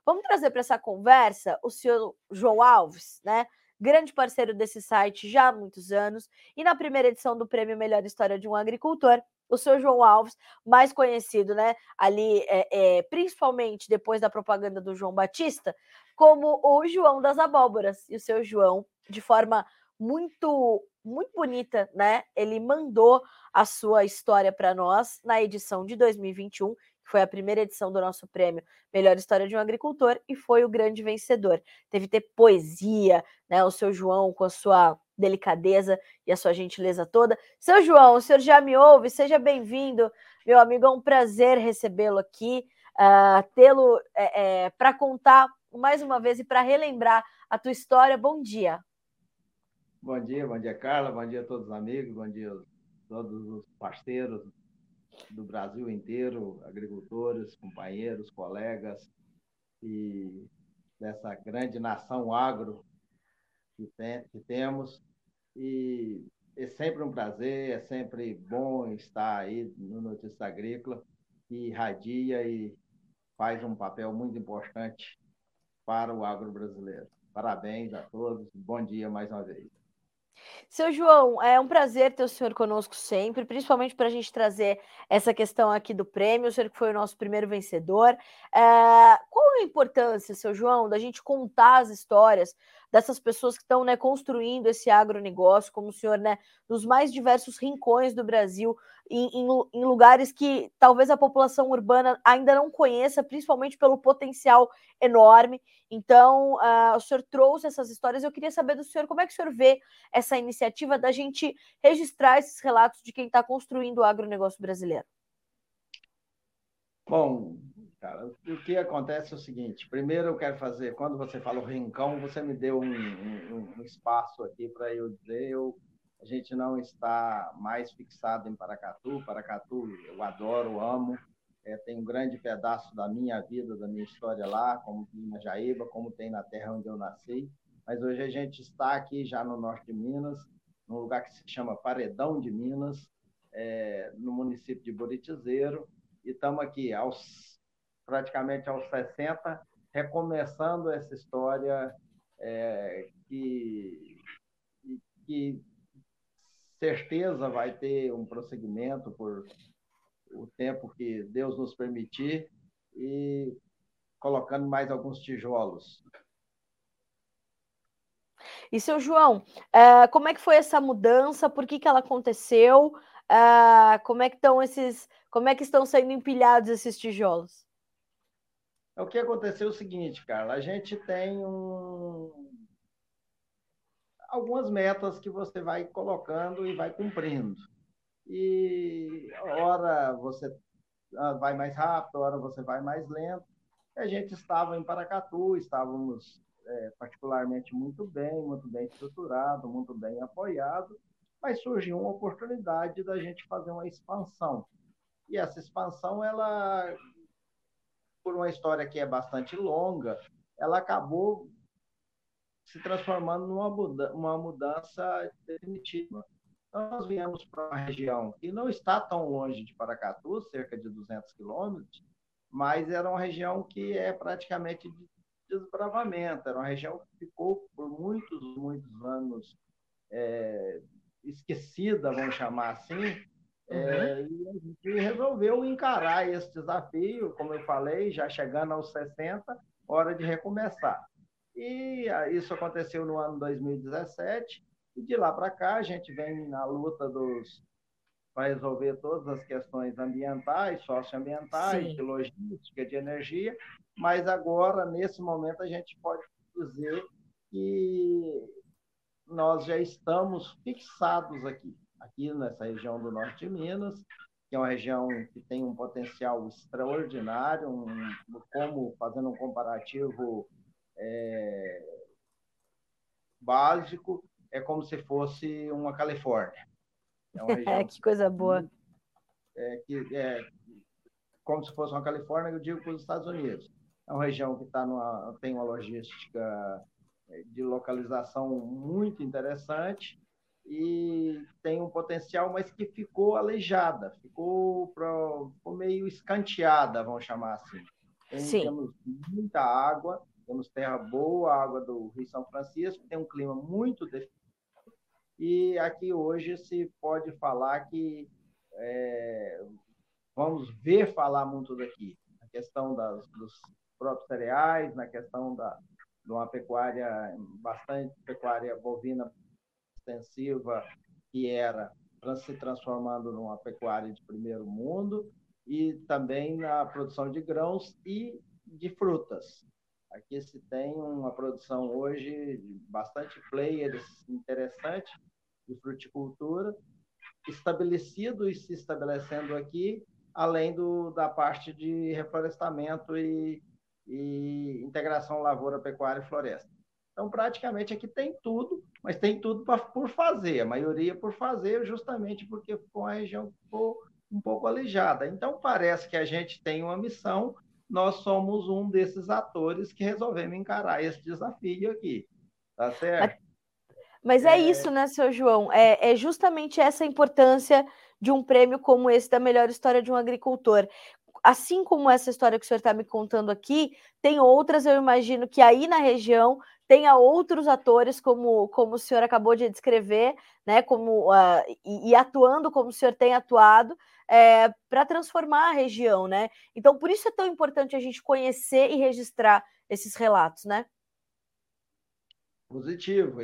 Vamos trazer para essa conversa o senhor João Alves, né? Grande parceiro desse site já há muitos anos, e na primeira edição do Prêmio Melhor História de um Agricultor, o senhor João Alves, mais conhecido, né, ali, principalmente depois da propaganda do João Batista, como o João das Abóboras. E o seu João, de forma muito bonita, né? Ele mandou a sua história para nós na edição de 2021, que foi a primeira edição do nosso prêmio Melhor História de um Agricultor, e foi o grande vencedor. Teve que ter poesia, né? O seu João, com a sua delicadeza e a sua gentileza toda. Seu João, o senhor já me ouve? Seja bem-vindo, meu amigo. É um prazer recebê-lo aqui, tê-lo para contar mais uma vez e para relembrar a tua história. Bom dia. Bom dia, Carla. Bom dia a todos os amigos, bom dia a todos os parceiros do Brasil inteiro, agricultores, companheiros, colegas e dessa grande nação agro que temos. E é sempre um prazer, é sempre bom estar aí no Notícia Agrícola, que irradia e faz um papel muito importante para o agro brasileiro. Parabéns a todos, bom dia mais uma vez. Seu João, é um prazer ter o senhor conosco sempre, principalmente para a gente trazer essa questão aqui do prêmio, o senhor que foi o nosso primeiro vencedor. Qual a importância, seu João, da gente contar as histórias dessas pessoas que estão, né, construindo esse agronegócio, como o senhor, né, nos mais diversos rincões do Brasil, em lugares que talvez a população urbana ainda não conheça, principalmente pelo potencial enorme. Então, o senhor trouxe essas histórias. Eu queria saber do senhor como é que o senhor vê essa iniciativa da gente registrar esses relatos de quem está construindo o agronegócio brasileiro. Bom, cara, o que acontece é o seguinte. Primeiro eu quero fazer, quando você falou rincão, você me deu um espaço aqui para eu dizer, a gente não está mais fixado em Paracatu. Paracatu eu adoro, amo, tem um grande pedaço da minha vida, da minha história lá, como tem na Jaíba, como tem na terra onde eu nasci. Mas hoje a gente está aqui já no norte de Minas, num lugar que se chama Paredão de Minas, no município de Buritizeiro, e estamos aqui praticamente aos 60, recomeçando essa história que certeza vai ter um prosseguimento por o tempo que Deus nos permitir, e colocando mais alguns tijolos. E, seu João, como é que foi essa mudança? Por que ela aconteceu? Como é que estão sendo empilhados esses tijolos? O que aconteceu é o seguinte, Carla, a gente tem algumas metas que você vai colocando e vai cumprindo. E hora você vai mais rápido, hora você vai mais lento. A gente estava em Paracatu, estávamos particularmente muito bem estruturado, muito bem apoiado, mas surgiu uma oportunidade da gente fazer uma expansão. E essa expansão, ela, por uma história que é bastante longa, ela acabou se transformando numa mudança definitiva. Então, nós viemos para uma região que não está tão longe de Paracatu, cerca de 200 quilômetros, mas era uma região que é praticamente de desbravamento, era uma região que ficou por muitos anos esquecida, vamos chamar assim, e a gente resolveu encarar esse desafio, como eu falei, já chegando aos 60, hora de recomeçar. E isso aconteceu no ano 2017, e de lá para cá a gente vem na luta para resolver todas as questões ambientais, socioambientais, de logística, de energia, mas agora, nesse momento, a gente pode dizer que nós já estamos fixados aqui nessa região do norte de Minas, que é uma região que tem um potencial extraordinário, como fazendo um comparativo básico, é como se fosse uma Califórnia. É uma região que coisa boa. Como se fosse uma Califórnia, eu digo para os Estados Unidos. É uma região que tem uma logística de localização muito interessante e tem um potencial, mas que ficou aleijada, ficou meio escanteada, vamos chamar assim. Sim. Temos muita água, temos terra boa, água do Rio São Francisco, tem um clima muito definido, e aqui hoje se pode falar que vamos ver falar muito daqui, na questão dos próprios cereais, na questão de uma pecuária, bastante pecuária bovina extensiva, que era se transformando numa pecuária de primeiro mundo, e também na produção de grãos e de frutas. Aqui se tem uma produção hoje de bastante players interessante de fruticultura, estabelecido e se estabelecendo aqui, além da parte de reflorestamento e integração lavoura, pecuária e floresta. Então, praticamente aqui tem tudo, mas tem tudo por fazer, a maioria por fazer, justamente porque ficou uma região que ficou um pouco alijada. Então, parece que a gente tem uma missão, nós somos um desses atores que resolvemos encarar esse desafio aqui, tá Mas, certo? mas é isso, né, seu João? É justamente essa a importância de um prêmio como esse da melhor história de um agricultor. Assim como essa história que o senhor está me contando aqui, tem outras, eu imagino que aí na região tenha outros atores, como o senhor acabou de descrever, né? E atuando como o senhor tem atuado, para transformar a região, né? Então, por isso é tão importante a gente conhecer e registrar esses relatos, né? Positivo.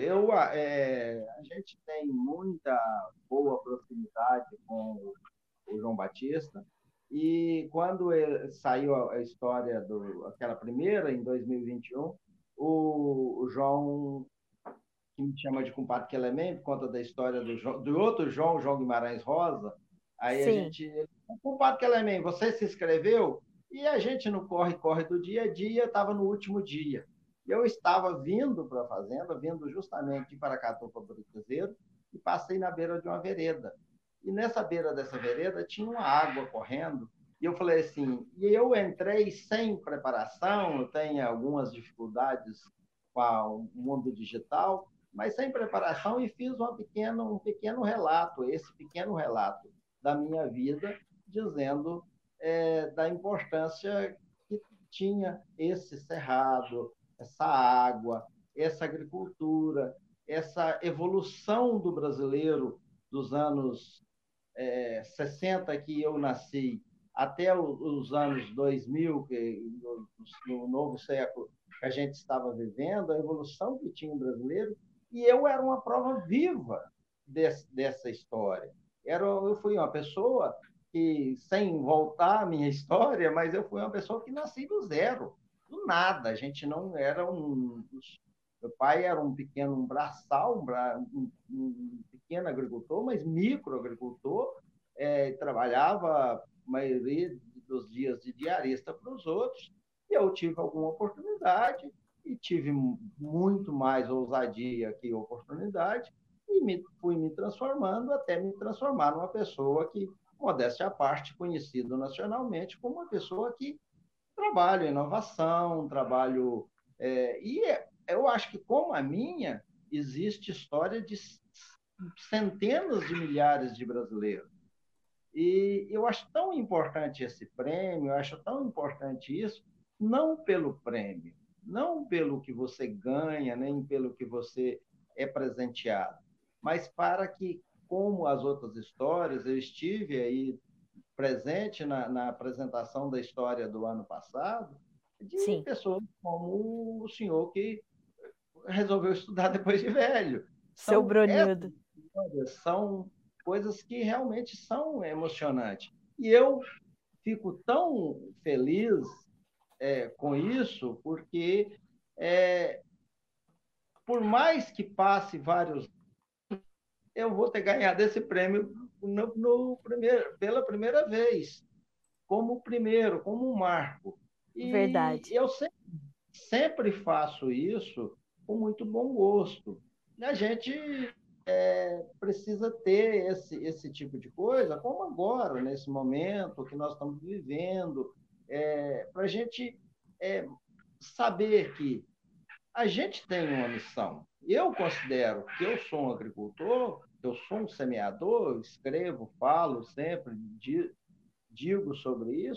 A gente tem muita boa proximidade com o João Batista, e quando saiu a história aquela primeira, em 2021, o João, que me chama de compadre Quelemem, por conta da história do outro João, João Guimarães Rosa, aí a Sim. gente, compadre Quelemem, você se inscreveu? E a gente no corre-corre do dia a dia, estava no último dia. Eu estava vindo para a fazenda, vindo justamente de Paracatu para Buriquezeiro, e passei na beira de uma vereda. E nessa beira dessa vereda tinha uma água correndo, e eu falei assim, e eu entrei sem preparação, eu tenho algumas dificuldades com o mundo digital, mas sem preparação, e fiz um pequeno relato, esse pequeno relato da minha vida, dizendo da importância que tinha esse cerrado, essa água, essa agricultura, essa evolução do brasileiro dos anos 60, que eu nasci, até os anos 2000, no novo século que a gente estava vivendo, a evolução que tinha o brasileiro, e eu era uma prova viva dessa história. Eu fui uma pessoa que, sem voltar à minha história, mas eu fui uma pessoa que nasci do zero, do nada. A gente não era meu pai era um pequeno braçal, um pequeno agricultor, mas microagricultor, trabalhava a maioria dos dias de diarista para os outros, e eu tive alguma oportunidade, e tive muito mais ousadia que oportunidade, e fui me transformando até me transformar numa pessoa que, modéstia à parte, conhecido nacionalmente como uma pessoa que trabalho em inovação, trabalho... eu acho que, como a minha, existe história de centenas de milhares de brasileiros. E eu acho tão importante esse prêmio, eu acho tão importante isso, não pelo prêmio, não pelo que você ganha, nem pelo que você é presenteado, mas para que, como as outras histórias, eu estive aí presente na apresentação da história do ano passado, de Sim. pessoas como o senhor que resolveu estudar depois de velho. Seu Essas Bronildo. histórias são coisas que realmente são emocionantes. E eu fico tão feliz com isso, porque por mais que passe vários, eu vou ter ganhado esse prêmio pela primeira vez, como primeiro, como um marco. E Verdade. eu sempre faço isso com muito bom gosto. A gente precisa ter esse tipo de coisa, como agora, nesse momento que nós estamos vivendo, para a gente saber que a gente tem uma missão. Eu considero que eu sou um agricultor, eu sou um semeador, escrevo, falo sempre, digo sobre isso,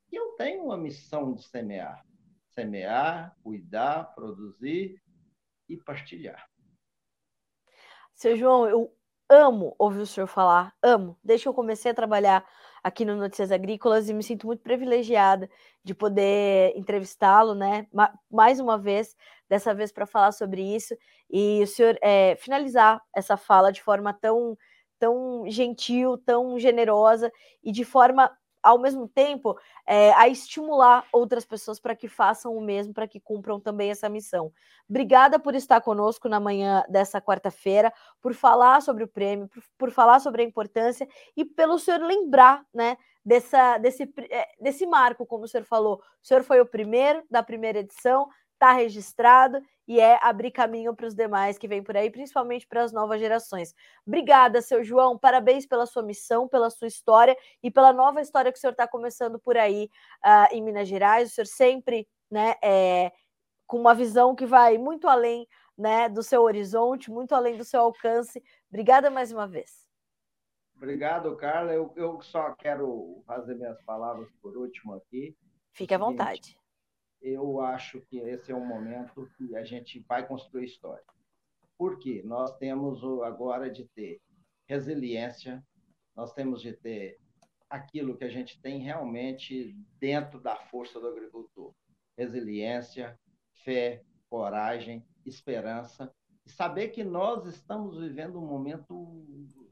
que eu tenho uma missão de semear. Semear, cuidar, produzir e partilhar. Seu João, eu amo ouvir o senhor falar, amo. Desde que eu comecei a trabalhar aqui no Notícias Agrícolas e me sinto muito privilegiada de poder entrevistá-lo, né? Mais uma vez, dessa vez para falar sobre isso e o senhor finalizar essa fala de forma tão gentil, tão generosa e de forma ao mesmo tempo a estimular outras pessoas para que façam o mesmo, para que cumpram também essa missão. Obrigada por estar conosco na manhã dessa quarta-feira, por falar sobre o prêmio, por falar sobre a importância e pelo senhor lembrar, né, desse marco, como o senhor falou. O senhor foi o primeiro da primeira edição, está registrado e é abrir caminho para os demais que vêm por aí, principalmente para as novas gerações. Obrigada, seu João, parabéns pela sua missão, pela sua história e pela nova história que o senhor está começando por aí em Minas Gerais. O senhor sempre, né, com uma visão que vai muito além, né, do seu horizonte, muito além do seu alcance. Obrigada mais uma vez. Obrigado, Carla. Eu só quero fazer minhas palavras por último aqui. Fique à vontade. Eu acho que esse é um momento que a gente vai construir história. Por quê? Nós temos agora de ter resiliência, nós temos de ter aquilo que a gente tem realmente dentro da força do agricultor. Resiliência, fé, coragem, esperança. E saber que nós estamos vivendo um momento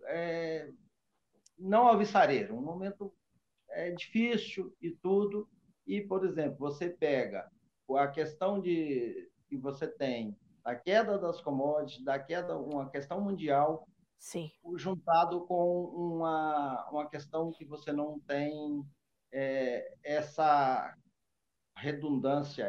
não alvissareiro, um momento difícil e tudo. E, por exemplo, você pega a questão que você tem da queda das commodities, da queda, uma questão mundial, sim, juntado com uma questão que você não tem essa redundância,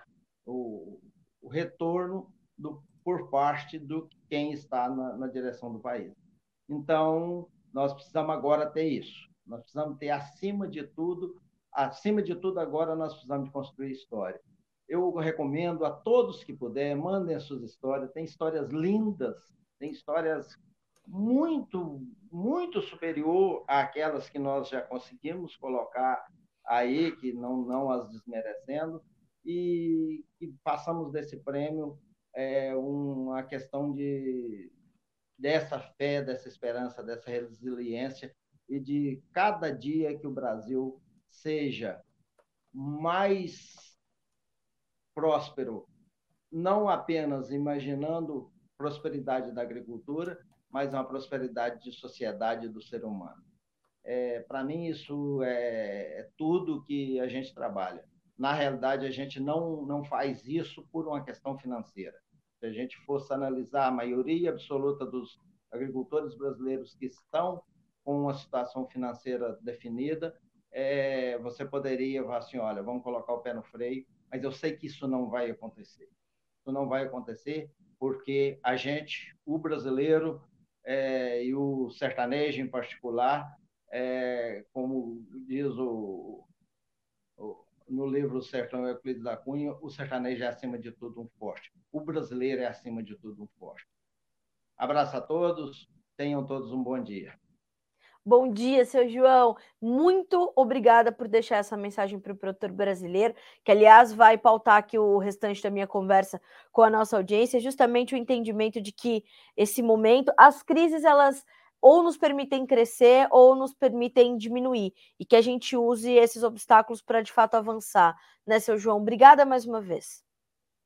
o retorno por parte do quem está na direção do país. Então, nós precisamos agora ter isso. Nós precisamos ter, acima de tudo agora nós precisamos de construir história. Eu recomendo a todos que puderem, mandem as suas histórias. Tem histórias lindas, tem histórias muito, muito superior àquelas que nós já conseguimos colocar aí, que não as desmerecendo, e que passamos desse prêmio uma questão dessa fé, dessa esperança, dessa resiliência e de cada dia que o Brasil seja mais próspero, não apenas imaginando prosperidade da agricultura, mas uma prosperidade de sociedade do ser humano. Para mim, isso é tudo que a gente trabalha. Na realidade, a gente não faz isso por uma questão financeira. Se a gente fosse analisar a maioria absoluta dos agricultores brasileiros que estão com uma situação financeira definida, você poderia falar assim, olha, vamos colocar o pé no freio, mas eu sei que isso não vai acontecer. Isso não vai acontecer porque a gente, o brasileiro e o sertanejo em particular, como diz no livro Sertão Euclides da Cunha, o sertanejo é, acima de tudo, um forte. O brasileiro é, acima de tudo, um forte. Abraço a todos, tenham todos um bom dia. Bom dia, seu João. Muito obrigada por deixar essa mensagem para o produtor brasileiro, que, aliás, vai pautar aqui o restante da minha conversa com a nossa audiência, justamente o entendimento de que esse momento, as crises, elas ou nos permitem crescer ou nos permitem diminuir, e que a gente use esses obstáculos para, de fato, avançar. Né, seu João? Obrigada mais uma vez.